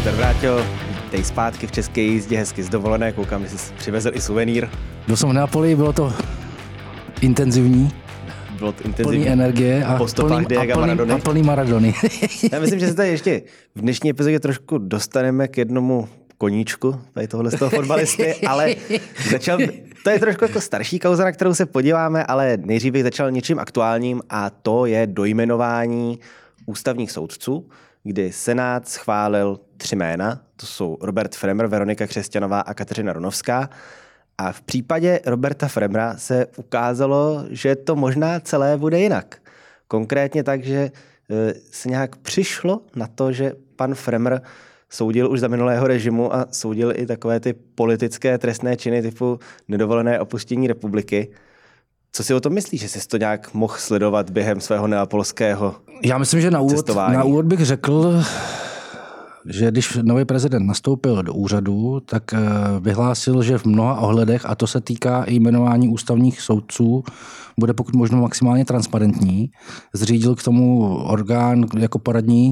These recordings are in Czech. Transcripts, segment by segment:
Nazdar, Vráťo, vítej zpátky v české jízdě, hezky z dovolené, koukám, že jsi přivezl i suvenýr. Byl jsem v Neapoli, bylo to intenzivní. Bylo to intenzivní. Plný energie a plný Maradony. Já myslím, že se tady ještě v dnešní epizodě trošku dostaneme k jednomu koníčku, tady tohle z toho fotbalisty, ale to je trošku jako starší kauza, na kterou se podíváme, ale nejdřív bych začal něčím aktuálním a to je dojmenování ústavních soudců, kdy Senát schválil 3 jména, to jsou Robert Fremr, Veronika Křesťanová a Kateřina Ronovská. A v případě Roberta Fremra se ukázalo, že to možná celé bude jinak. Konkrétně tak, že se nějak přišlo na to, že pan Fremr soudil už za minulého režimu a soudil i takové ty politické trestné činy typu nedovolené opuštění republiky. Co si o tom myslíš, že jsi to nějak mohl sledovat během svého neapolského cestování? Já myslím, že na úvod bych řekl, že když nový prezident nastoupil do úřadu, tak vyhlásil, že v mnoha ohledech, a to se týká i jmenování ústavních soudců, bude pokud možno maximálně transparentní. Zřídil k tomu orgán jako poradní,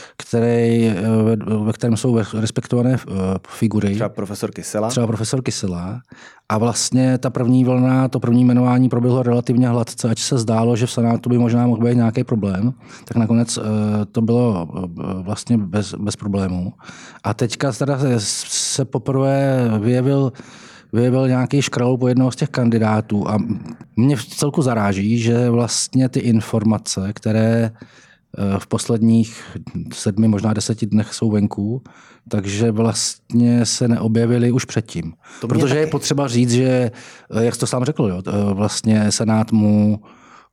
ve kterém jsou respektované figury. Třeba profesor Kysela. A vlastně ta první vlna, to první jmenování proběhlo relativně hladce, ať se zdálo, že v Senátu by možná mohl být nějaký problém, tak nakonec to bylo vlastně bez problémů. A teďka teda se poprvé vyjevil nějaký škraloup po jednoho z těch kandidátů a mě v celku zaráží, že vlastně ty informace, které v posledních 7, možná 10 dnech jsou venku, takže vlastně se neobjevily už předtím. Protože je potřeba říct, že, jak jsi to sám řekl, jo, vlastně Senát mu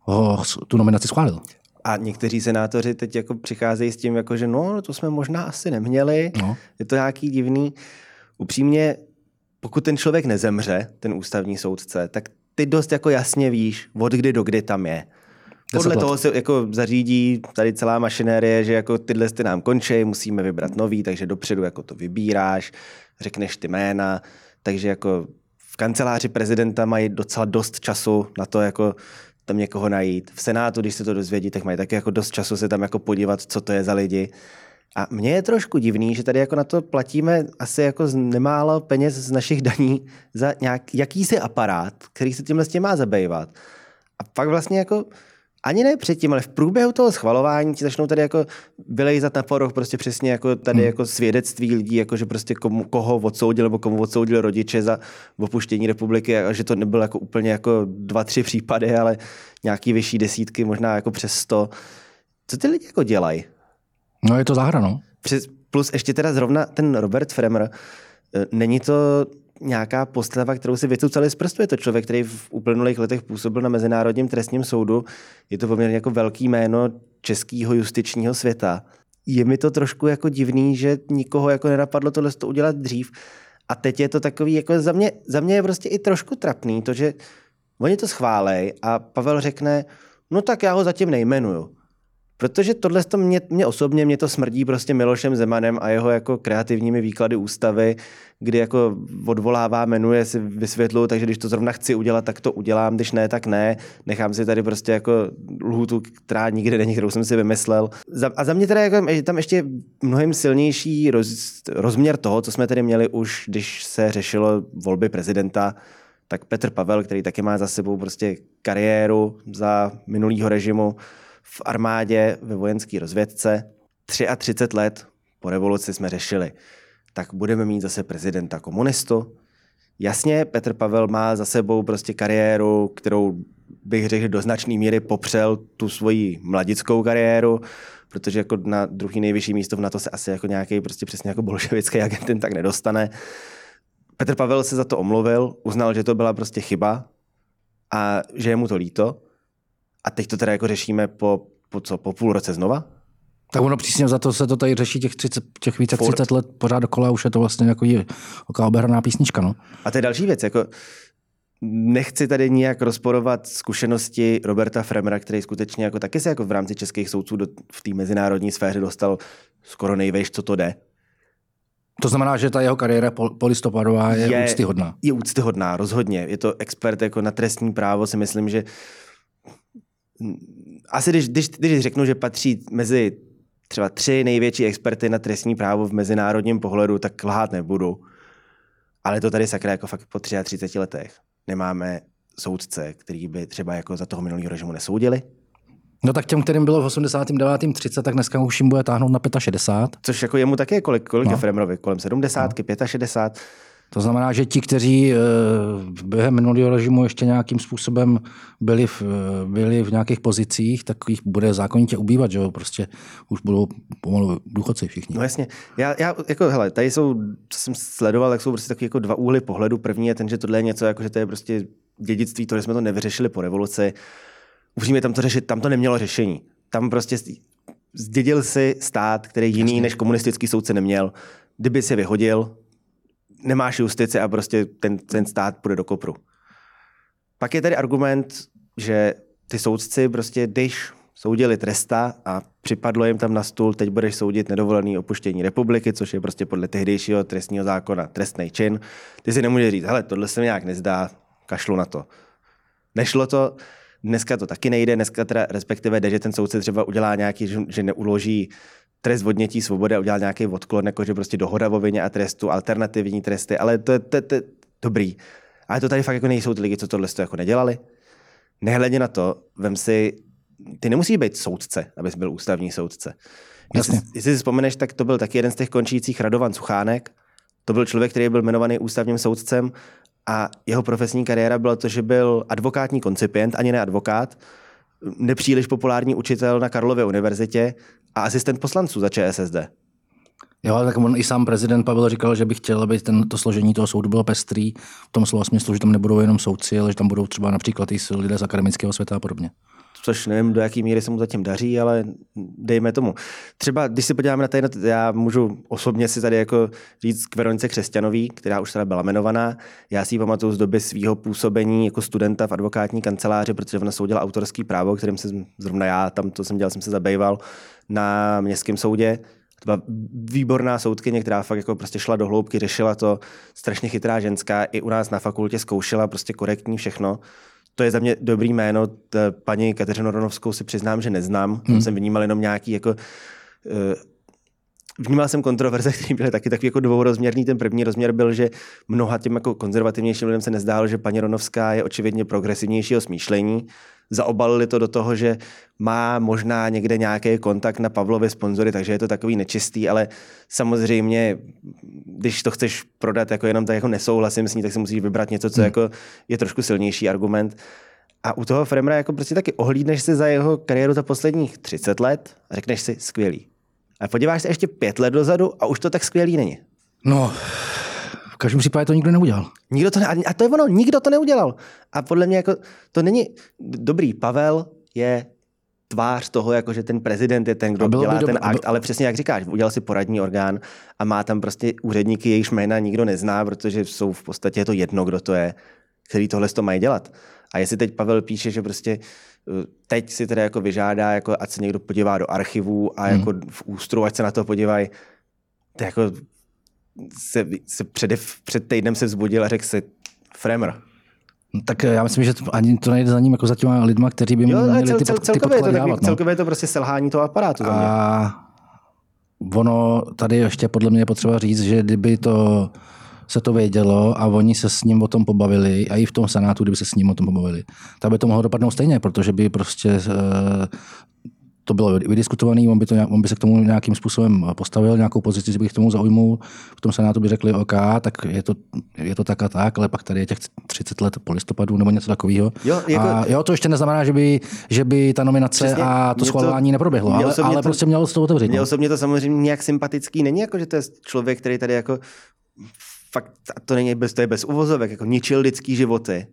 tu nominaci schválil. A někteří senátoři teď jako přicházejí s tím, jako, že no, to jsme možná asi neměli, je to nějaký divný. Upřímně, pokud ten člověk nezemře, ten ústavní soudce, tak ty dost jako jasně víš, od kdy do kdy tam je. Podle toho se jako zařídí tady celá mašinérie, že jako tyhle nám končí, musíme vybrat nový, takže dopředu jako to vybíráš, řekneš ty jména, takže jako v kanceláři prezidenta mají docela dost času na to jako tam někoho najít. V Senátu, když se to dozvědí, tak mají taky jako dost času se tam jako podívat, co to je za lidi. A mně je trošku divný, že tady jako na to platíme asi jako nemálo peněz z našich daní za jakýsi aparát, který se tímhle s tím má zabývat. A pak vlastně jako ani ne předtím, ale v průběhu toho schvalování ti začnou tady jako vylejzat na povrch prostě přesně jako tady jako svědectví lidí, jako že prostě koho odsoudil nebo komu odsoudil rodiče za opuštění republiky a že to nebylo jako úplně jako 2-3 případy, ale nějaký vyšší desítky, možná jako přes 100. Co ty lidi jako dělají? No je to záhra, no. Plus ještě teda zrovna ten Robert Fremr, není to nějaká postava, kterou si vycucali z prstu. Je to člověk, který v uplynulých letech působil na Mezinárodním trestním soudu. Je to poměrně jako velký jméno českého justičního světa. Je mi to trošku jako divný, že nikoho jako nenapadlo tohle udělat dřív. A teď je to takový, jako za mě je prostě i trošku trapný, to, že oni to schválej a Pavel řekne, no tak já ho zatím nejmenuju. Protože tohle mě osobně to smrdí prostě Milošem Zemanem a jeho jako kreativními výklady ústavy, kdy jako odvolává, jmenuje, si vysvětluju, takže když to zrovna chci udělat, tak to udělám, když ne, tak ne. Nechám si tady prostě jako lhůtu, která nikdy není, kterou jsem si vymyslel. A za mě teda jako, je tam ještě mnohem silnější rozměr toho, co jsme tady měli už, když se řešilo volby prezidenta, tak Petr Pavel, který taky má za sebou prostě kariéru za minulýho režimu, v armádě, ve vojenské rozvědce. 33 let po revoluci jsme řešili. Tak budeme mít zase prezidenta komunistu. Jasně, Petr Pavel má za sebou prostě kariéru, kterou bych řekl, do značné míry popřel tu svoji mladickou kariéru, protože jako na druhý nejvyšší místo v NATO se asi jako nějaký prostě přesně jako bolševický agent tak nedostane. Petr Pavel se za to omluvil, uznal, že to byla prostě chyba a že je mu to líto. A teď to teda jako řešíme po půl roce znova? Tak ono přísně za to se to tady řeší těch více 30 let pořád dokola, už je to vlastně jako obehraná písnička. No. A to je další věc. Jako nechci tady nijak rozporovat zkušenosti Roberta Fremra, který skutečně jako taky se jako v rámci českých soudců v té mezinárodní sféře dostal skoro nejvejš, co to jde. To znamená, že ta jeho kariéra polistopadová je úctyhodná. Je úctyhodná, rozhodně. Je to expert jako na trestní právo, si myslím, že asi když řeknu, že patří mezi třeba 3 největší experty na trestní právo v mezinárodním pohledu, tak lhát nebudu. Ale to tady sakra jako fakt po 33 letech. Nemáme soudce, který by třeba jako za toho minulého režimu nesoudili. No tak těm, kterým bylo v 89. 30, tak dneska už jim bude táhnout na 65. Což jako jemu také kolik je Fremerovi? Kolem 70, 65. To znamená, že ti, kteří během minulého režimu ještě nějakým způsobem byli v nějakých pozicích, tak jich bude zákonitě ubývat, že jo? Prostě už budou pomalu důchodci všichni. No jasně. Já jako, hele, tady jsou, co jsem sledoval, tak jsou prostě takový jako 2 úhly pohledu. První je ten, že tohle je něco, jako, že to je prostě dědictví, to, že jsme to nevyřešili po revoluci. Upřímně tam to řešit, tam to nemělo řešení. Tam prostě zdědil si stát, který jiný než komunistický soudce neměl. Kdyby si vyhodil, nemáš justici a prostě ten stát půjde do kopru. Pak je tady argument, že ty soudci prostě, když soudili tresta a připadlo jim tam na stůl, teď budeš soudit nedovolený opuštění republiky, což je prostě podle tehdejšího trestního zákona trestný čin. Ty si nemůžeš říct, hele, tohle se mi nějak nezdá, kašlu na to. Nešlo to, dneska to taky nejde, dneska teda respektive jde, že ten soudce třeba udělá nějaký, že neuloží trest odnětí svobody a udělal nějaký odklon, jako že prostě dohoda o vině a trestu, alternativní tresty, ale to je dobrý. Ale to tady fakt jako nejsou ty lidi, co tohle jako nedělali. Nehledě na to, vem si, ty nemusíš být soudce, abys byl ústavní soudce. Jestli si vzpomeneš, tak to byl taky jeden z těch končících Radovan Suchánek. To byl člověk, který byl jmenovaný ústavním soudcem a jeho profesní kariéra byla to, že byl advokátní koncipient, ani ne advokát, nepříliš populární učitel na Karlově univerzitě a asistent poslanců za ČSSD. Jo, tak on i sám prezident Pavel říkal, že by chtěl, aby to složení toho soudu bylo pestrý, v tom slova smyslu, že tam nebudou jenom soudci, ale že tam budou třeba například i lidé z akademického světa a podobně. Což nevím, do jaký míry se mu zatím daří, ale dejme tomu. Třeba, když se podíváme na tady, já můžu osobně si tady jako říct k Veronice Křesťanový, která už teda byla jmenovaná. Já si ji pamatuju z doby svého působení jako studenta v advokátní kanceláři, protože ona soudila autorský právo, kterým se zrovna já, tam to jsem dělal, jsem se zabýval na městském soudě. To byla výborná soudkyně, která fakt jako prostě šla do hloubky, řešila to, strašně chytrá ženská, i u nás na fakultě zkoušela prostě korektní všechno. To je za mě dobrý jméno, paní Kateřinu Ronovskou si přiznám, že neznám, tam jsem vnímal jenom nějaký jako... Vnímal jsem kontroverze, které byly taky takový jako dvourozměrný. Ten první rozměr byl, že mnoha těm jako konzervativnějším lidem se nezdálo, že paní Ronovská je očividně progresivnějšího smýšlení. Zaobalili to do toho, že má možná někde nějaký kontakt na Pavlovy sponzory, takže je to takový nečistý, ale samozřejmě, když to chceš prodat jako jenom tak jako nesouhlasím s ní, tak si musíš vybrat něco, co jako je trošku silnější argument. A u toho Fremera jako prostě taky ohlídneš si za jeho kariéru za posledních 30 let a řekneš si skvělý. A podíváš se ještě 5 let dozadu a už to tak skvělý není. No, v každém případě to nikdo neudělal. A to je ono, nikdo to neudělal. A podle mě jako to není dobrý. Pavel je tvář toho, jako že ten prezident je ten, kdo dělá ten akt, ale přesně jak říkáš, udělal si poradní orgán a má tam prostě úředníky, jejichž jména nikdo nezná, protože jsou v podstatě je to jedno, kdo to je, který tohle to mají dělat. A jestli teď Pavel píše, že prostě teď si teda jako vyžádá, jako ať se někdo podívá do archivů a jako v ústru, ať se na to podívají, to jako se před týdnem se vzbudil a řekl si Fremer. Tak já myslím, že ani to nejde za ním jako za těma lidma, kteří by měli ty podklady dávat. Celkově je to prostě selhání toho aparátu. A ono tady ještě podle mě je potřeba říct, že kdyby se to vědělo a oni se s ním o tom pobavili a i v tom senátu, kdyby se s ním o tom pobavili, tak by to mohlo dopadnout stejně, protože by prostě to bylo vydiskutované, on by se k tomu nějakým způsobem postavil, nějakou pozici by k tomu zaujmul, v tom senátu by řekli OK, tak je to tak a tak, ale pak tady je těch 30 let po listopadu nebo něco takového. A to ještě neznamená, že by ta nominace přesně, a to schvalování neproběhlo, ale prostě mělo se to otevřít. Mně osobně to samozřejmě nějak sympatický není, jako že to je člověk, který tady jako fakt, to je bez uvozovek, jako ničil lidský životy.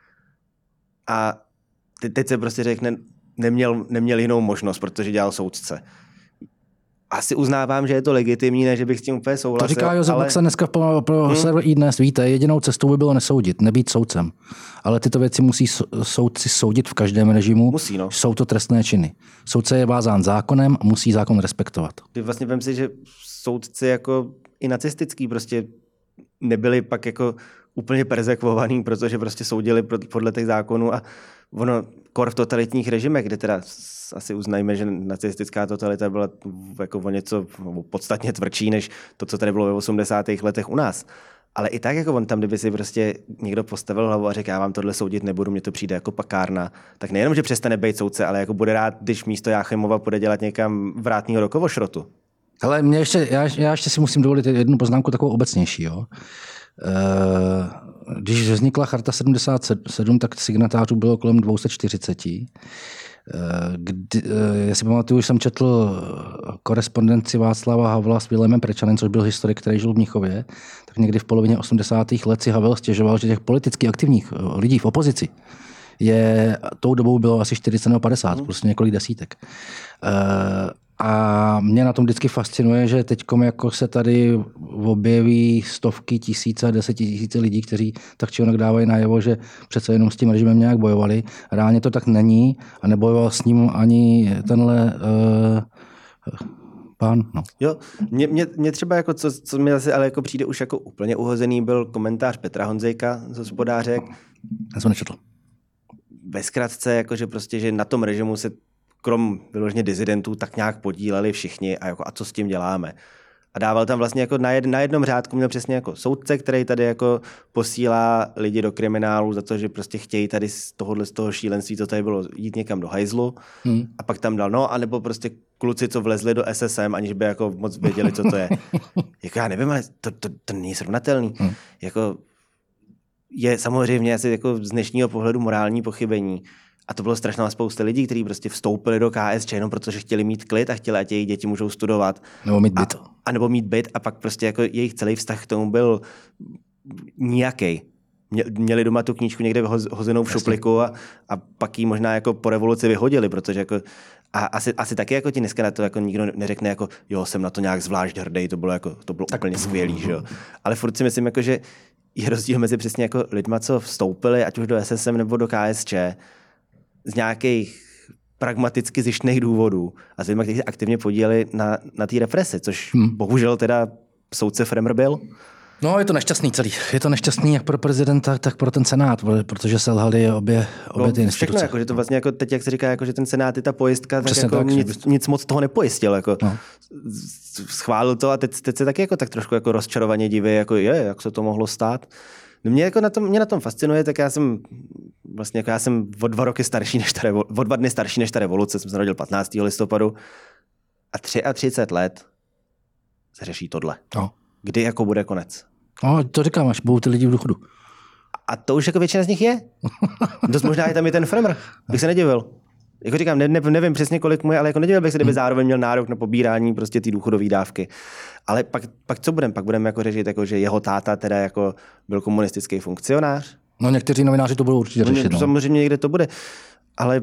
A teď se prostě řekne, neměl jinou možnost, protože dělal soudce. Asi uznávám, že je to legitimní, ne, že bych s tím úplně souhlasil. To říká Josef Baxa dneska pro server iDnes. Víte, jedinou cestou by bylo nesoudit, nebýt soudcem. Ale tyto věci musí soudci soudit v každém režimu. Musí, no. Jsou to trestné činy. Soudce je vázán zákonem a musí zákon respektovat. Ty vlastně vem si, že soudci jako i nacistický prostě nebyli pak jako úplně perzekvovaný, protože prostě soudili podle těch zákonů a ono kor v totalitních režimech, kde teda asi uznajme, že nacistická totalita byla jako o něco podstatně tvrdší, než to, co tady bylo ve 80. letech u nás. Ale i tak, jako on tam, kdyby si prostě někdo postavil hlavu a řekl, já vám tohle soudit nebudu, mně to přijde jako pakárna, tak nejenom, že přestane být soudce, ale jako bude rád, když místo Jáchymova půjde dělat někam vrátného do Kovošrotu. Ale já ještě si musím dovolit jednu poznámku takovou obecnější. Jo. Když vznikla Charta 77, tak signatářů bylo kolem 240. Já si pamatuju, že jsem četl korespondenci Václava Havla s Vilémem Prečanem, což byl historik, který žil v Mnichově, tak někdy v polovině 80. let si Havel stěžoval, že těch politicky aktivních lidí v opozici tou dobou bylo asi 40 nebo 50, prostě několik desítek. A mě na tom vždycky fascinuje, že teď jako se tady objeví stovky, tisíce, 10 000 lidí, kteří tak či onak dávají najevo, že přece jenom s tím režimem nějak bojovali. Reálně to tak není a nebojoval s ním ani tenhle pán. No. Jo, mě třeba jako, co mi zase ale jako přijde už jako úplně uhozený, byl komentář Petra Honzejka z Hospodářek. Já jsem nečetl. Ve zkratce, jakože prostě, že na tom režimu se krom vyloženě dizidentů tak nějak podíleli všichni a co s tím děláme. A dával tam vlastně jako na jednom řádku měl přesně jako soudce, který tady jako posílá lidi do kriminálu za to, že prostě chtějí tady z toho šílenství, co tady bylo, jít někam do hajzlu. A pak tam dal, anebo prostě kluci, co vlezli do SSM, aniž by jako moc věděli, co to je. Jako já nevím, ale to není srovnatelný. Jako je samozřejmě asi jako z dnešního pohledu morální pochybení. A to bylo strašná spousta lidí, kteří prostě vstoupili do KSČ jenom protože chtěli mít klid a chtěli, ať jejich děti můžou studovat. Nebo mít byt. A nebo mít byt a pak prostě jako jejich celý vztah k tomu byl nijaký. Měli doma tu knížku někde hozenou v šupliku a pak ji možná jako po revoluci vyhodili, protože jako a asi taky jako ti dneska na to jako nikdo neřekne jako jo, jsem na to nějak zvlášť hrdý, to bylo úplně skvělý, že jo. Ale furt si myslím jako, že je rozdíl mezi přesně jako lidma, co vstoupili ať už do SSM nebo do KSČ z nějakých pragmaticky zištných důvodů a s lidmi, kteří se aktivně podíleli na té represi, což bohužel teda soudce Fremr byl. No, je to nešťastný celý. Je to nešťastný jak pro prezidenta, tak pro ten senát, protože selhali obě ty instituce. Všechno, jako, že to vlastně jako teď, jak se říká, jako, že ten senát je ta pojistka, tak jako nic moc toho nepojistil. Jako. No. Schválil to a teď se taky jako tak trošku jako rozčarovaně diví, jako jak se to mohlo stát. No mě na tom fascinuje, tak já jsem o 2 dny starší než ta revoluce, jsem se narodil 15. listopadu a 33 let se řeší tohle. No. Kdy jako bude konec? No, to říkám, až budou ty lidi v důchodu. A to už jako většina z nich je. Dost možná je tam i ten Fremr. Bych se nedivil. Jako říkám, nevím přesně, kolik mu je, ale jako nedivil bych se, kdyby zároveň měl nárok na pobírání prostě ty důchodové dávky. Ale pak co budeme? Pak budeme jako řešit, jako, že jeho táta teda jako byl komunistický funkcionář. No někteří novináři to budou určitě řešit. Samozřejmě někde to bude. Ale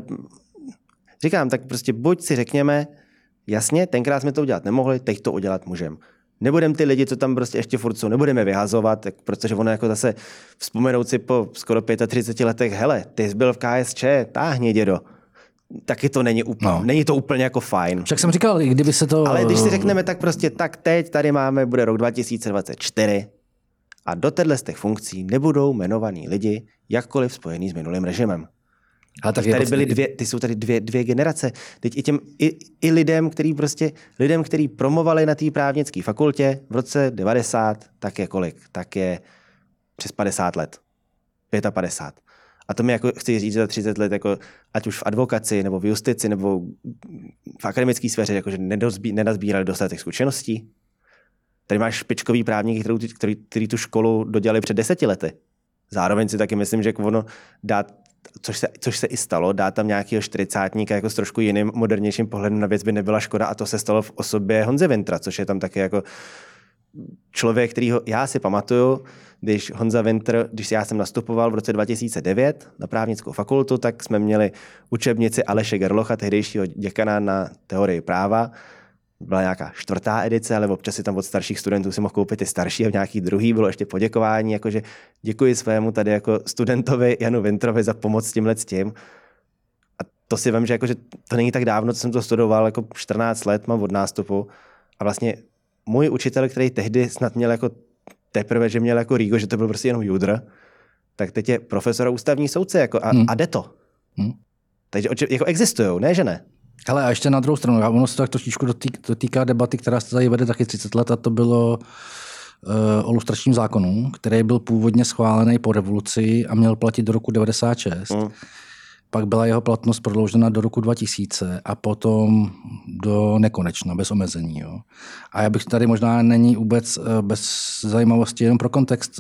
říkám, tak prostě buď si řekněme, jasně, tenkrát jsme to udělat nemohli, teď to udělat můžeme. Nebudeme ty lidi, co tam prostě ještě furt jsou, nebudeme vyhazovat, protože ono jako zase vzpomenout si po skoro 35 letech, hele, ty jsi byl v KSČ, táhni dědo. Taky to není to úplně jako fajn. Však jsem říkal, kdyby se to... Ale když si řekneme tak prostě, tak teď tady bude rok 2024 a do z těch funkcí nebudou jmenovaní lidi jakkoliv spojený s minulým režimem. Ale tak tady byly jsou tady dvě generace. Teď i lidem, kteří promovali na té právnické fakultě v roce 90, tak je kolik? Tak je přes 50 let. 55. A to mi jako chci říct, že za 30 let, jako, ať už v advokaci, nebo v justici, nebo v akademické sféře, jakože nenazbírali dostatek zkušeností. Tady máš špičkový právníky, který tu školu dodělali před 10 lety. Zároveň si taky myslím, že ono dá, což se i stalo, dá tam nějakého 40-tníka jako s trošku jiným, modernějším pohledem na věc by nebyla škoda a to se stalo v osobě Honzy Wintra, což je tam taky jako člověk, kterýho já si pamatuju, když Honza Wintr, když já jsem nastupoval v roce 2009 na právnickou fakultu, tak jsme měli učebnici Aleše Gerlocha, tehdejšího děkana na teorii práva. Byla nějaká 4. edice, ale občas si tam od starších studentů si mohl koupit i starší a v nějaký druhý bylo ještě poděkování, jakože děkuji svému tady jako studentovi Janu Wintrovi za pomoc s tím. A to si vím, že jakože to není tak dávno, co jsem to studoval, jako 14 let mám od nástupu a vlastně můj učitel, který tehdy snad měl jako teprve, že měl jako Rígo, že to byl prostě jenom judr, tak teď je profesor a ústavní soudce jako a jde to. Takže jako existujou, ne že ne? Ale a ještě na druhou stranu, ono se tak trošičku dotýká debaty, která se tady vede taky 30 let, a to bylo o lustračním zákonu, který byl původně schválený po revoluci a měl platit do roku 96. Pak byla jeho platnost prodloužena do roku 2000 a potom do nekonečna, bez omezení. Jo. A já bych tady možná není vůbec bez zajímavosti, jenom pro kontext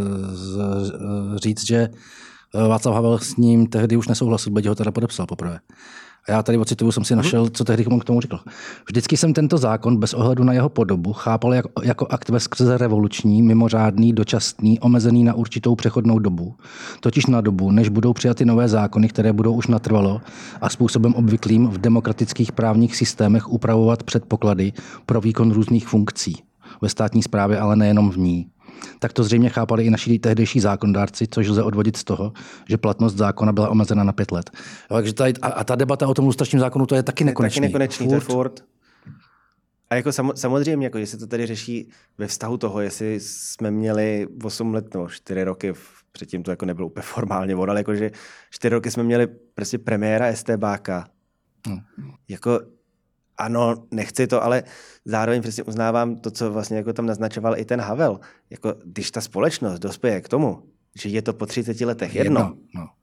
říct, že Václav Havel s ním tehdy už nesouhlasil, byť ho teda podepsal poprvé. A já tady ocituju, jsem si našel, co tehdy k tomu řekl. Vždycky jsem tento zákon bez ohledu na jeho podobu chápal jako akt veskrze revoluční, mimořádný, dočasný, omezený na určitou přechodnou dobu. Totiž na dobu, než budou přijaty nové zákony, které budou už natrvalo a způsobem obvyklým v demokratických právních systémech upravovat předpoklady pro výkon různých funkcí. Ve státní správě, ale nejenom v ní. Tak to zřejmě chápali i naši tehdejší zákonodárci, což lze odvodit z toho, že platnost zákona byla omezena na 5 let. Takže tady, a ta debata o tom lustračním zákonu, to je taky nekonečný. Taky nekonečný, to je furt. A jako samozřejmě, jako, že se to tady řeší ve vztahu toho, jestli jsme měli 8 let nebo 4 roky, předtím to jako nebylo úplně formálně, ale jakože 4 roky jsme měli prostě premiéra estébáka. Jako ano, nechci to, ale zároveň přesně uznávám to, co vlastně jako tam naznačoval i ten Havel. Jako, když ta společnost dospěje k tomu, že je to po 30 letech jedno.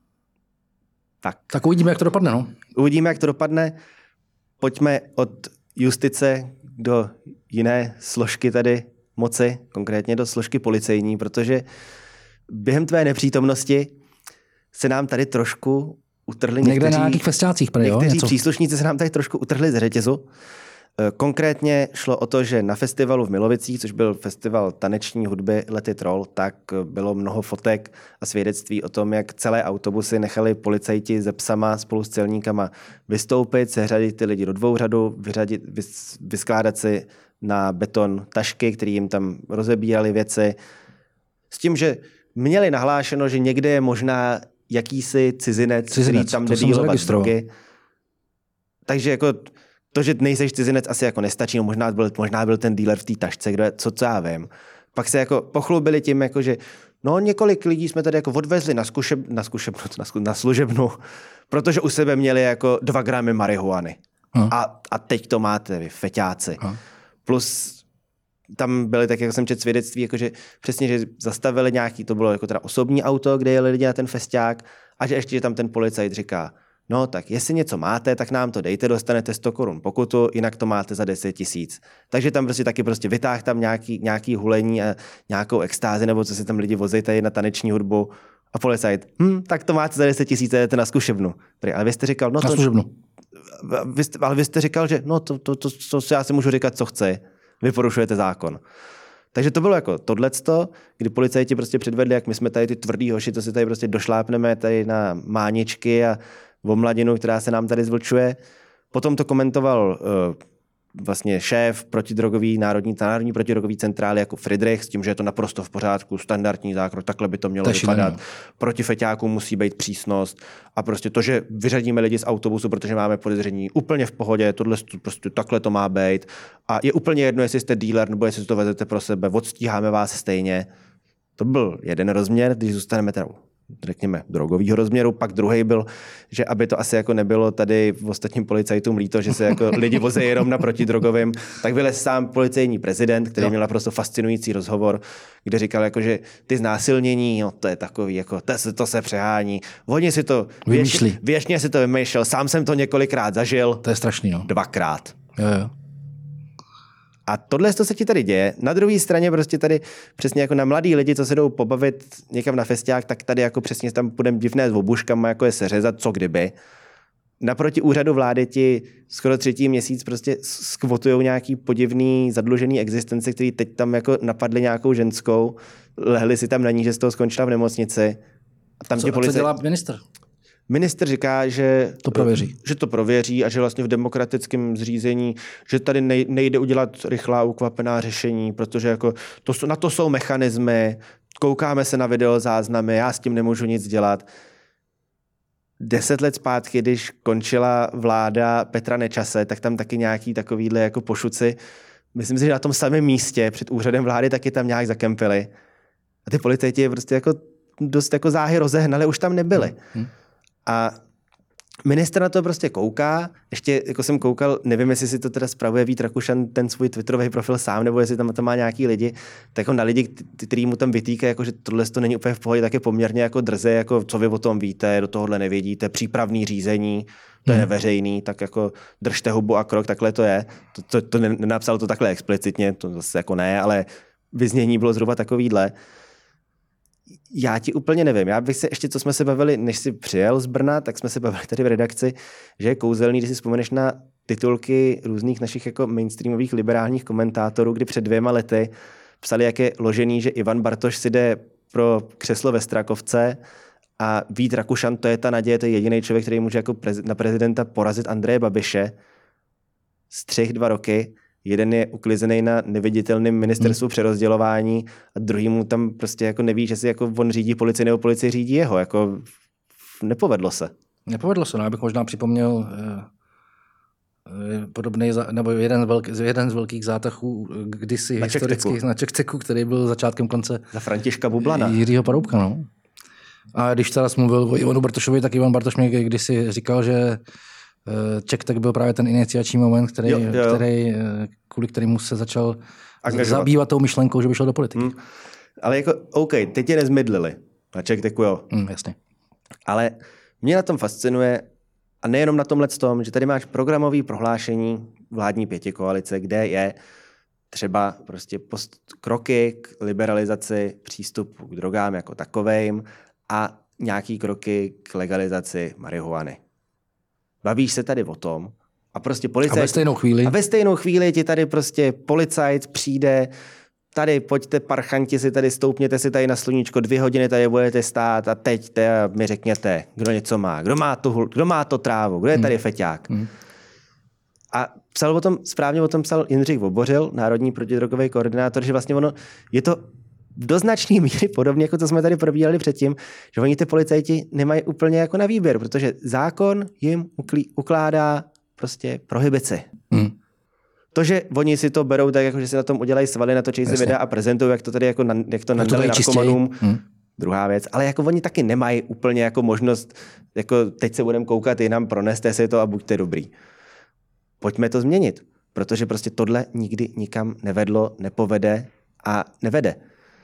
Tak uvidíme, jak to dopadne. No? Uvidíme, jak to dopadne. Pojďme od justice do jiné složky tady moci, konkrétně do složky policejní, protože během tvé nepřítomnosti se nám tady trošku utrhli někde na nějakých festiácích. Někteří příslušníci se nám tady trošku utrhli z řetězu. Konkrétně šlo o to, že na festivalu v Milovicích, což byl festival taneční hudby Let It Roll, tak bylo mnoho fotek a svědectví o tom, jak celé autobusy nechali policajti se psama spolu s celníkama vystoupit, seřadit ty lidi do dvouřadu, vyskládat si na beton tašky, které jim tam rozebírali věci. S tím, že měli nahlášeno, že někde je možná jakýsi cizinec, který tam jde dílovat drogy. Takže jako to, že nejseš cizinec, asi jako nestačí, no možná byl ten dealer v té tašce, kdo je, co já vím. Pak se jako pochlubili tím, jako, že no několik lidí jsme tady jako odvezli na služebnu, protože u sebe měli jako 2 gramy marihuany. A teď to máte vy, feťáci. Plus tam byly tak, jako jsem četl svědectví, jakože přesně, že zastavili nějaký, to bylo jako teda osobní auto, kde jeli lidi na ten festiák a že ještě tam ten policajt říká, no tak jestli něco máte, tak nám to dejte, dostanete 100 korun pokutu, jinak to máte za 10 000. Takže tam prostě vytáhl tam nějaký hulení a nějakou extázi, nebo co si tam lidi vozí tady na taneční hudbu a policajt, tak to máte za 10 000, jdete na zkušebnu. Ale vy jste říkal, no to... Na služebnu. Ale vy jste říkal, že no to já si můžu říkat, co chci. Vy porušujete zákon. Takže to bylo jako tohleto, kdy policajti prostě předvedli, jak my jsme tady ty tvrdý hoši, to si tady prostě došlápneme tady na máničky a o mladinu, která se nám tady zvlčuje. Potom to komentoval vlastně šéf protidrogový, národní protidrogový centrály jako Friedrich s tím, že je to naprosto v pořádku, standardní zákrok, takhle by to mělo vypadat. Proti feťákům musí být přísnost a prostě to, že vyřadíme lidi z autobusu, protože máme podezření, úplně v pohodě, tohle prostě takhle to má být a je úplně jedno, jestli jste dealer nebo jestli to vezete pro sebe, odstíháme vás stejně. To byl jeden rozměr, když zůstaneme teda řekněme, drogovýho rozměru. Pak druhý byl, že aby to asi jako nebylo tady v ostatním policajtům líto, že se jako lidi vozí jenom na protidrogovým, tak vylez sám policejní prezident, který měl naprosto fascinující rozhovor, kde říkal, jako, že ty znásilnění, no to je takový, jako to se přehání. Hodně si to věčně si to vymýšlel, sám jsem to několikrát zažil. To je strašný, no. 2krát. Jo. A tohle se ti tady děje. Na druhé straně prostě tady přesně jako na mladý lidi, co se jdou pobavit někam na festiák, tak tady jako přesně tam půjdeme divné s obuškama, jako je seřezat, co kdyby. Naproti úřadu vlády ti skoro 3. měsíc prostě skvotujou nějaký podivný zadlužený existence, který teď tam jako napadli nějakou ženskou, lehli si tam na ní, že z toho skončila v nemocnici. A tam co dělá ministr? Ministr říká, že to prověří a že vlastně v demokratickém zřízení, že tady nejde udělat rychlá ukvapená řešení, protože jako na to jsou mechanismy, koukáme se na videozáznamy, já s tím nemůžu nic dělat. 10 let zpátky, když končila vláda Petra Nečase, tak tam taky nějaký takovýhle jako pošuci, myslím si, že na tom samém místě před úřadem vlády taky tam nějak zakempili. A ty policajti prostě jako dost jako záhy rozehnali, už tam nebyli. A Ministr na to prostě kouká, ještě jako jsem koukal, nevím, jestli si to teda spravuje Vít Rakušan, ten svůj twitterový profil sám, nebo jestli tam to má nějaký lidi, tak on na lidi, který mu tam vytýkají, jako, že tohle to není úplně v pohodě, tak je poměrně jako drze, jako co vy o tom víte, do tohohle nevědíte, přípravný řízení, to je neveřejný, tak jako držte hubu a krok, takhle to je. To nenapsal to takhle explicitně, to zase jako ne, ale vyznění bylo zhruba takovýhle. Já ti úplně nevím. Já bych se ještě, co jsme se bavili, než jsi přijel z Brna, tak jsme se bavili tady v redakci, že je kouzelný, když si vzpomeneš na titulky různých našich jako mainstreamových liberálních komentátorů, kdy před 2 lety psali, jak je ložený, že Ivan Bartoš si jde pro křeslo ve Strakovce a Vít Rakušan, to je ta naděje, to je jediný člověk, který může jako na prezidenta porazit Andreje Babiše. Střih 2 roky. Jeden je uklizený na neviditelném ministerstvu přerozdělování a druhý mu tam prostě jako neví, že si jako on řídí policii nebo policie řídí jeho. Jako nepovedlo se. Nepovedlo se, no, já bych možná připomněl podobný, nebo jeden z velkých zátahů kdysi na historických na Čekteku, který byl začátkem konce za Františka Bublana. Jiřího Paroubka, no. A když teda mluvil o Ivanu Bartošovi, tak Ivan Bartoš mi kdysi říkal, že Čektek byl právě ten iniciační moment, kvůli kterému se začal zabývat tou myšlenkou, že by šel do politiky. Ale jako, OK, teď tě nezmydlili. Na Čekteku, jo. Jasně. Ale mě na tom fascinuje, a nejenom na tomhle tom, že tady máš programové prohlášení vládní pětikoalice, kde je třeba prostě kroky k liberalizaci přístupu k drogám jako takovým a nějaký kroky k legalizaci marihuany. Bavíš se tady o tom a prostě policajt... A ve stejnou chvíli ti tady prostě policajt přijde, tady pojďte parchanti si tady, stoupněte si tady na sluníčko, 2 hodiny tady budete stát a teď mi řekněte, kdo něco má, kdo má to trávu, kdo je tady feťák. A správně o tom psal Jindřich Vobořil, národní protidrogový koordinátor, že vlastně ono je to do značné míry podobně, jako to jsme tady probírali předtím, že oni ty policajti nemají úplně jako na výběr, protože zákon jim ukládá prostě prohibici. To, že oni si to berou tak, jako že si na tom udělají svaly, natočí si videa a prezentují, jak to tady jako jak to nadali narkomanům. Druhá věc. Ale jako oni taky nemají úplně jako možnost, jako teď se budeme koukat jinam, proneste si to a buďte dobrý. Pojďme to změnit, protože prostě tohle nikdy nikam nevedlo, nepovede a nevede.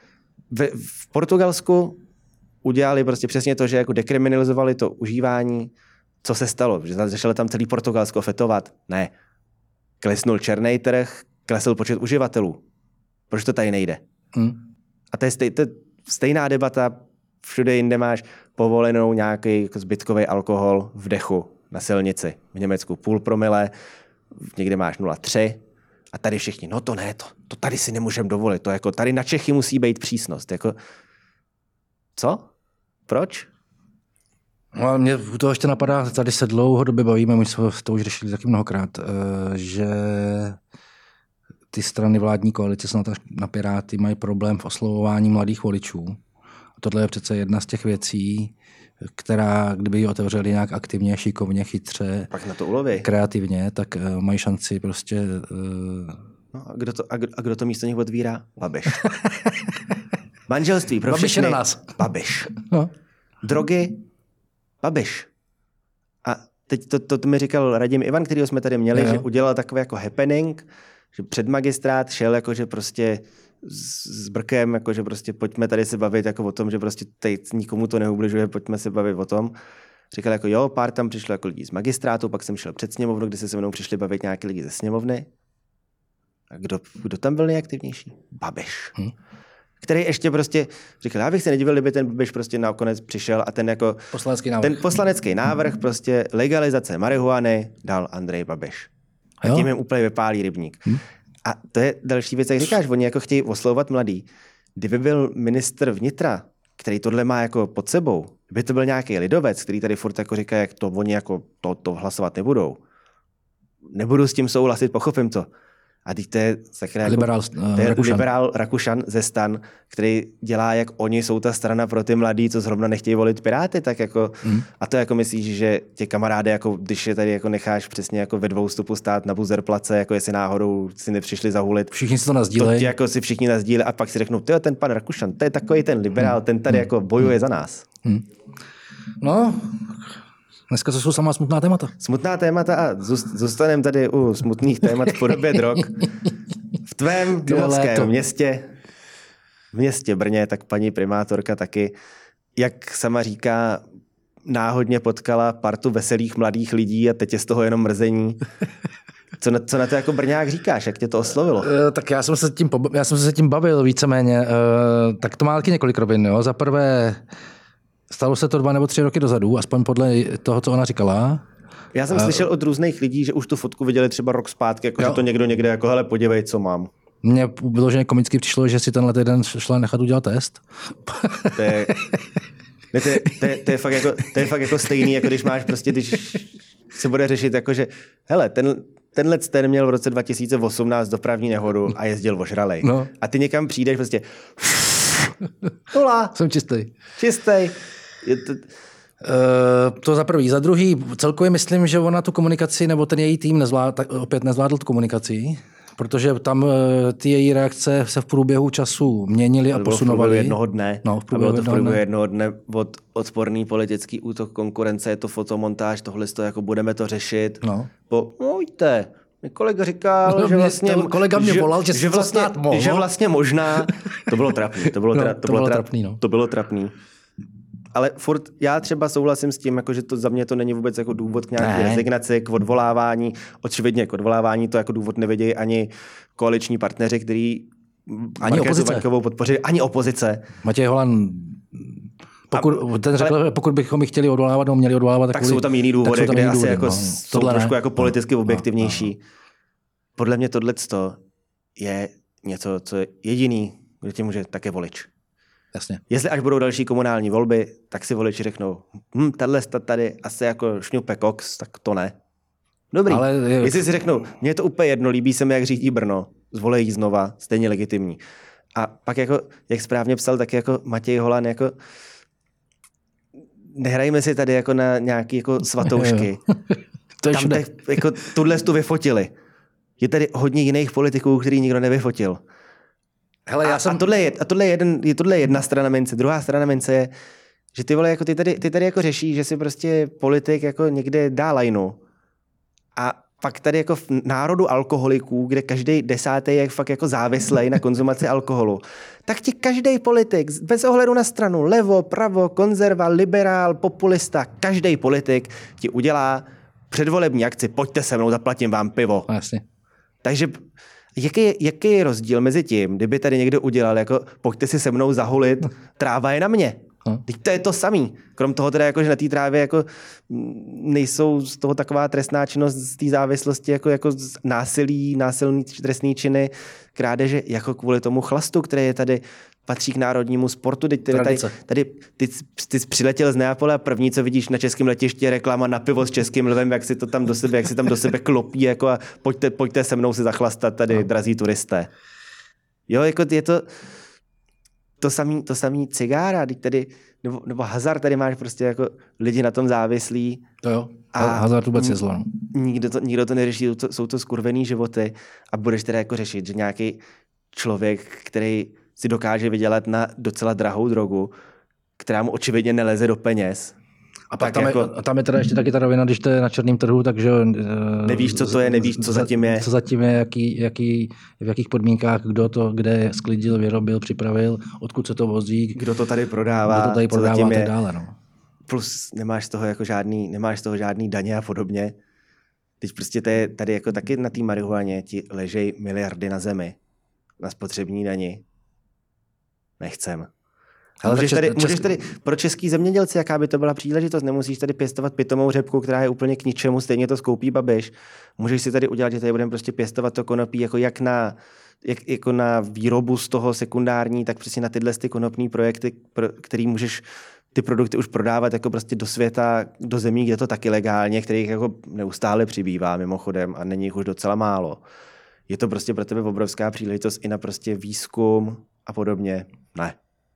V Portugalsku udělali prostě přesně to, že jako dekriminalizovali to užívání. Co se stalo? Že začalo tam celý Portugalsko fetovat? Ne. Klesnul černý trh, klesl počet uživatelů. Proč to tady nejde? A to je stejná debata. Všude jinde máš povolenou nějaký jako zbytkový alkohol v dechu na silnici. V Německu 0,5 promile, někde máš 0,3. A tady všichni, no to ne, to tady si nemůžeme dovolit. To jako tady na Čechy musí být přísnost. Jako, co? Proč? No, mě to ještě napadá, tady se dlouhodobě bavíme, my jsme to už řešili taky mnohokrát, že ty strany vládní koalice, snad na Piráty, mají problém v oslovování mladých voličů. A tohle je přece jedna z těch věcí, která, kdyby ji otevřeli nějak aktivně, šikovně, chytře, pak na to uloví. Kreativně, tak mají šanci prostě... No, a kdo to místo nich otvírá? Babiš. Manželství pro všechny. Babiš na nás. Babiš. No. Drogy. Babiš. A teď to mi říkal Radim Ivan, kterýho jsme tady měli, že udělal takový jako happening, že před magistrát šel jakože prostě s brkem, jakože prostě pojďme tady se bavit jako o tom, že prostě teď nikomu to neubližuje, pojďme se bavit o tom. Říkal jako jo, pár tam přišlo jako lidí z magistrátu, pak jsem šel před sněmovnu, kde se mnou přišli bavit nějaký lidi ze sněmovny. A kdo tam byl nejaktivnější? Babiš. Který ještě prostě říkal, já bych se nedivil, kdyby ten Babiš prostě nakonec přišel a ten jako poslanecký návrh prostě legalizace marihuany dal Andrej Babiš. A tím jim úplně vypálí rybník. A to je další věc, jak říkáš, oni jako chtějí oslovovat mladý. Kdyby byl ministr vnitra, který tohle má jako pod sebou, kdyby to byl nějaký lidovec, který tady furt jako říká, jak to oni jako to hlasovat nebudou. Nebudu s tím souhlasit, pochopím to. A teď to je liberál Rakušan ze STAN, který dělá, jak oni jsou ta strana pro ty mladí, co zrovna nechtějí volit Piráty, tak jako, a to jako myslíš, že tě kamarády, jako když je tady jako necháš přesně jako ve 2 stupu stát na buzerplace, jako jestli náhodou si nepřišli zahulit. Všichni si to nazdílejí. To jako si všichni nazdílejí a pak si řeknou, tyjo, ten pan Rakušan, to je takový ten liberál, ten tady jako bojuje za nás. No, Dneska to jsou samá smutná témata. Smutná témata a zůstaneme tady u smutných témat v podobě drog. V tvém domovském městě, v městě Brně, tak paní primátorka taky, jak sama říká, náhodně potkala partu veselých mladých lidí a teď je z toho jenom mrzení. Co na to jako Brňák říkáš? Jak tě to oslovilo? Tak já jsem se tím bavil víceméně. Tak to má taky několik rovin. Jo. Za prvé, stalo se to 2 nebo 3 roky dozadu, aspoň podle toho, co ona říkala. Já jsem slyšel od různých lidí, že už tu fotku viděli třeba rok zpátky, jako že to někdo někde jako hele, podívej, co mám. Mně vyloženě komicky přišlo, že si tenhle týden šla nechat udělat test. To je fakt jako stejný, jako když máš prostě, když se bude řešit, jako že hele, ten měl v roce 2018 dopravní nehodu a jezdil ožralej. No. A ty někam přijdeš prostě hola. Jsem čistý. Čistý. To za prvý. Za druhý, celkově myslím, že ona tu komunikaci, nebo ten její tým opět nezvládl tu komunikaci, protože tam ty její reakce se v průběhu času měnily a posunovaly. V průběhu jednoho dne od odporný politický útok konkurence, je to fotomontáž, tohle to jako budeme to řešit. Víte, kolega říkal, že vlastně... Kolega mě volal, že vlastně možná... To bylo trapný. To bylo trapný. Ale furt já třeba souhlasím s tím, jako, že to za mě to není vůbec jako důvod k nějaké rezignaci, k odvolávání. Očividně k odvolávání to jako důvod nevidějí ani koaliční partneři, který Markétu Vaňkovou podpořili, ani opozice. Matěj Holan, pokud bychom ji chtěli odvolávat, měli odvolávat, tak jsou tam jiný důvody, kde asi jako jsou trošku jako politicky objektivnější. Podle mě tohleto je něco, co je jediný, kdo tě může také volič. Jasně. Jestli až budou další komunální volby, tak si voliči řeknou, tahle tady asi jako šňupe koks, tak to ne. Dobrý. Ale jestli si řeknou, mně je to úplně jedno, líbí se mi, jak řídí Brno, zvolej jí znova, stejně legitimní. A pak jako, jak správně psal, tak jako Matěj Holan, jako nehrajme si tady jako na nějaký jako svatoušky. Tam jako tuhle tu vyfotili. Je tady hodně jiných politiků, který nikdo nevyfotil. Hele, tohle je jedna strana mince. Druhá strana mince je, že ty vole, jako ty tady jako řeší, že si prostě politik jako někde dá lajnu. A pak tady jako v národu alkoholiků, kde každý 10. je fakt jako závislej na konzumaci alkoholu, tak ti každý politik, bez ohledu na stranu, levo, pravo, konzerva, liberál, populista, každý politik ti udělá předvolební akci, pojďte se mnou, zaplatím vám pivo. Jasně. Takže jaký je rozdíl mezi tím, kdyby tady někdo udělal, jako pojďte si se mnou zahulit, tráva je na mě. Teď to je to samý. Krom toho teda, jako, že na té trávě jako nejsou z toho taková trestná činnost z té závislosti, jako násilný trestný činy, krádeže, jako kvůli tomu chlastu, který je tady, patří k národnímu sportu. Tady ty jsi přiletěl z Neapole a první, co vidíš na českém letišti, je reklama na pivo s českým lvem, jak si tam do sebe klopí jako a pojďte se mnou si zachlastat tady, drazí turisté. Jo, jako je to samý cigára, tady, nebo hazard, tady máš prostě jako lidi na tom závislí. To jo, a hazard vůbec je zlo. Nikdo to neřeší, jsou to skurvený životy a budeš teda jako řešit, že nějaký člověk, který si dokáže vydělat na docela drahou drogu, která mu očividně neleze do peněz. A pak tam je teda ještě taky ta rovina, když to je na černém trhu, takže nevíš, co to je, nevíš, co zatím je. Co zatím je, v jakých podmínkách, kdo to kde sklidil, vyrobil, připravil, odkud se to vozí. Kdo to tady prodává, a tak dále. No. Plus nemáš z toho žádný daně a podobně. Teď prostě tady jako taky na té marihuaně ti ležej miliardy na zemi. Na spotřební dani. Nechcem. Můžeš tady pro český zemědělci, jaká by to byla příležitost, nemusíš tady pěstovat pitomou řepku, která je úplně k ničemu, stejně to skoupí Babiš. Můžeš si tady udělat, že tady budeme prostě pěstovat to konopí jako na výrobu z toho sekundární, tak přesně na tyhle konopní projekty, který můžeš ty produkty už prodávat jako prostě do světa, do zemí, kde to taky legálně, kterých jako neustále přibývá mimochodem a není jich už docela málo. Je to prostě pro tebe obrovská příležitost i na prostě výzkum a podobně. Ne.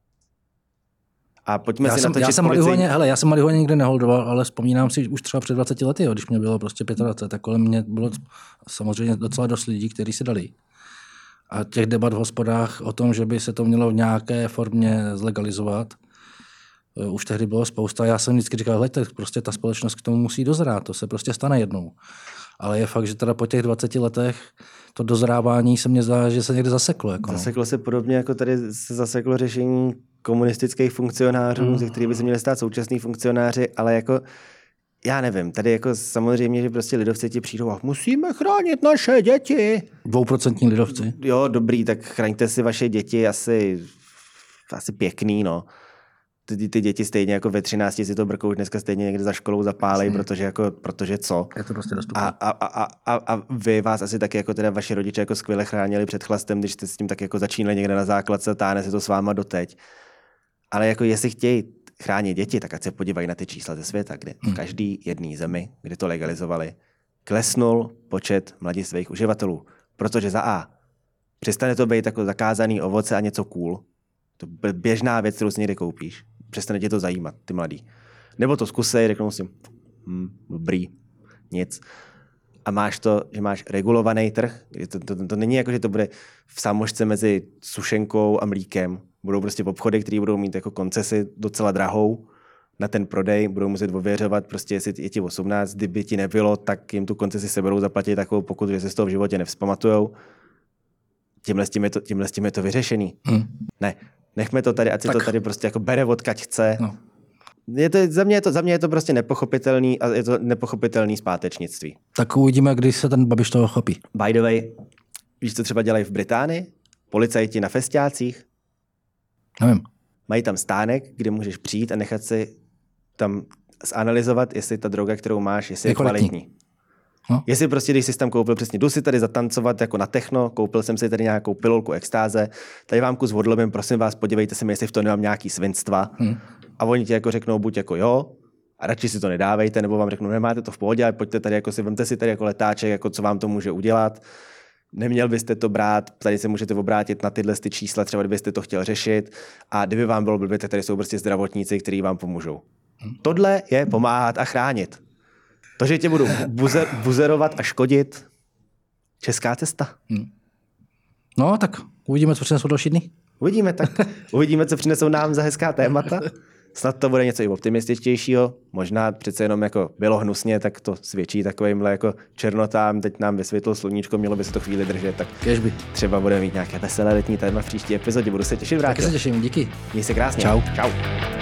A pojďme si na to já jsem marihuaně nikdy neholdoval, ale vzpomínám si už třeba před 20 lety, když mě bylo prostě 25, tak kolem mě bylo samozřejmě docela dost lidí, kteří si dali. A těch debat v hospodách o tom, že by se to mělo v nějaké formě zlegalizovat, už tehdy bylo spousta. Já jsem vždycky říkal, hleďte, prostě ta společnost k tomu musí dozrát, to se prostě stane jednou. Ale je fakt, že teda po těch 20 letech to dozrávání se mně zdá, že se někde zaseklo. Jako zaseklo se podobně, jako tady se zaseklo řešení komunistických funkcionářů, ze kterých by se měli stát současní funkcionáři, ale jako já nevím, tady jako samozřejmě, že prostě lidovci ti přijdou a musíme chránit naše děti. 2% lidovci. Jo, dobrý, tak chraňte si vaše děti, asi pěkný, no. Ty děti stejně jako ve 13 si to brkou, dneska stejně někde za školou zapálej, protože co? Je to prostě dostupné. A vy vás asi taky jako teda vaši rodiče jako skvěle chránili před chlastem, když jste s tím tak jako začínali někde na základce, táhne se to s váma doteď. Ale jako jestli chtějí chránit děti, tak ať se podívají na ty čísla ze světa, kde v každý jedné zemi, kde to legalizovali, klesnul počet mladistvých uživatelů. Protože za A přestane to být jako zakázaný ovoce a něco cool. To je běžná věc, kterou si někde koupíš. Přestane tě to zajímat, ty mladý. Nebo to zkusej, řeknou si, dobrý, nic. A máš to, že máš regulovaný trh, to není jako, že to bude v sámošce mezi sušenkou a mlíkem. Budou prostě obchody, které budou mít jako koncesi docela drahou na ten prodej, budou muset ověřovat, prostě jestli je ti 18, kdyby ti nebylo, tak jim tu koncesi seberou, zaplatí takovou pokutu, že se z toho v životě nevzpamatujou. Tímhle s tím je to vyřešený. Ne, nechme to tady, ať si to tady prostě jako bere odkaď chce. No. Za mě je to prostě nepochopitelný a je to nepochopitelný zpátečnictví. Tak uvidíme, když se ten Babiš toho chopí. By the way, víš, co třeba dělají v Británii? Policajti na festiácích? Nevím. Mají tam stánek, kde můžeš přijít a nechat si tam zanalyzovat, jestli ta droga, kterou máš, jestli je kvalitní. No. Jestli prostě, když jsi tam koupil přesně, jdu si tady zatancovat jako na techno, koupil jsem si tady nějakou pilulku extáze, tady vám kus vodlobím, prosím vás, podívejte se mi, jestli v tom nemám nějaký svinstva. A oni ti jako řeknou buď jako jo, a radši si to nedávejte, nebo vám řeknou, nemáte to v pohodě, ale pojďte tady jako vemte si tady jako letáček, jako co vám to může udělat. Neměl byste to brát, tady se můžete obrátit na tyhle čísla, třeba kdybyste to chtěl řešit, a kdyby vám bylo blbě, tak tady jsou prostě zdravotníci, kteří vám pomůžou. Tohle je pomáhat a chránit. To, že tě budu buzerovat a škodit, česká cesta. No, tak uvidíme, co přinesou další dny. Uvidíme, co přinesou nám za hezká témata. Snad to bude něco i optimističtějšího. Možná přece jenom jako bylo hnusně, tak to svědčí takovýmhle jako černotám. Teď nám vysvětlo sluníčko, mělo by se to chvíli držet, tak Kéžby. Třeba budeme mít nějaké veselé letní téma v příští epizodě. Budu se těšit vrátit. Tak se těším, díky. Měj se krásně. Čau. Čau.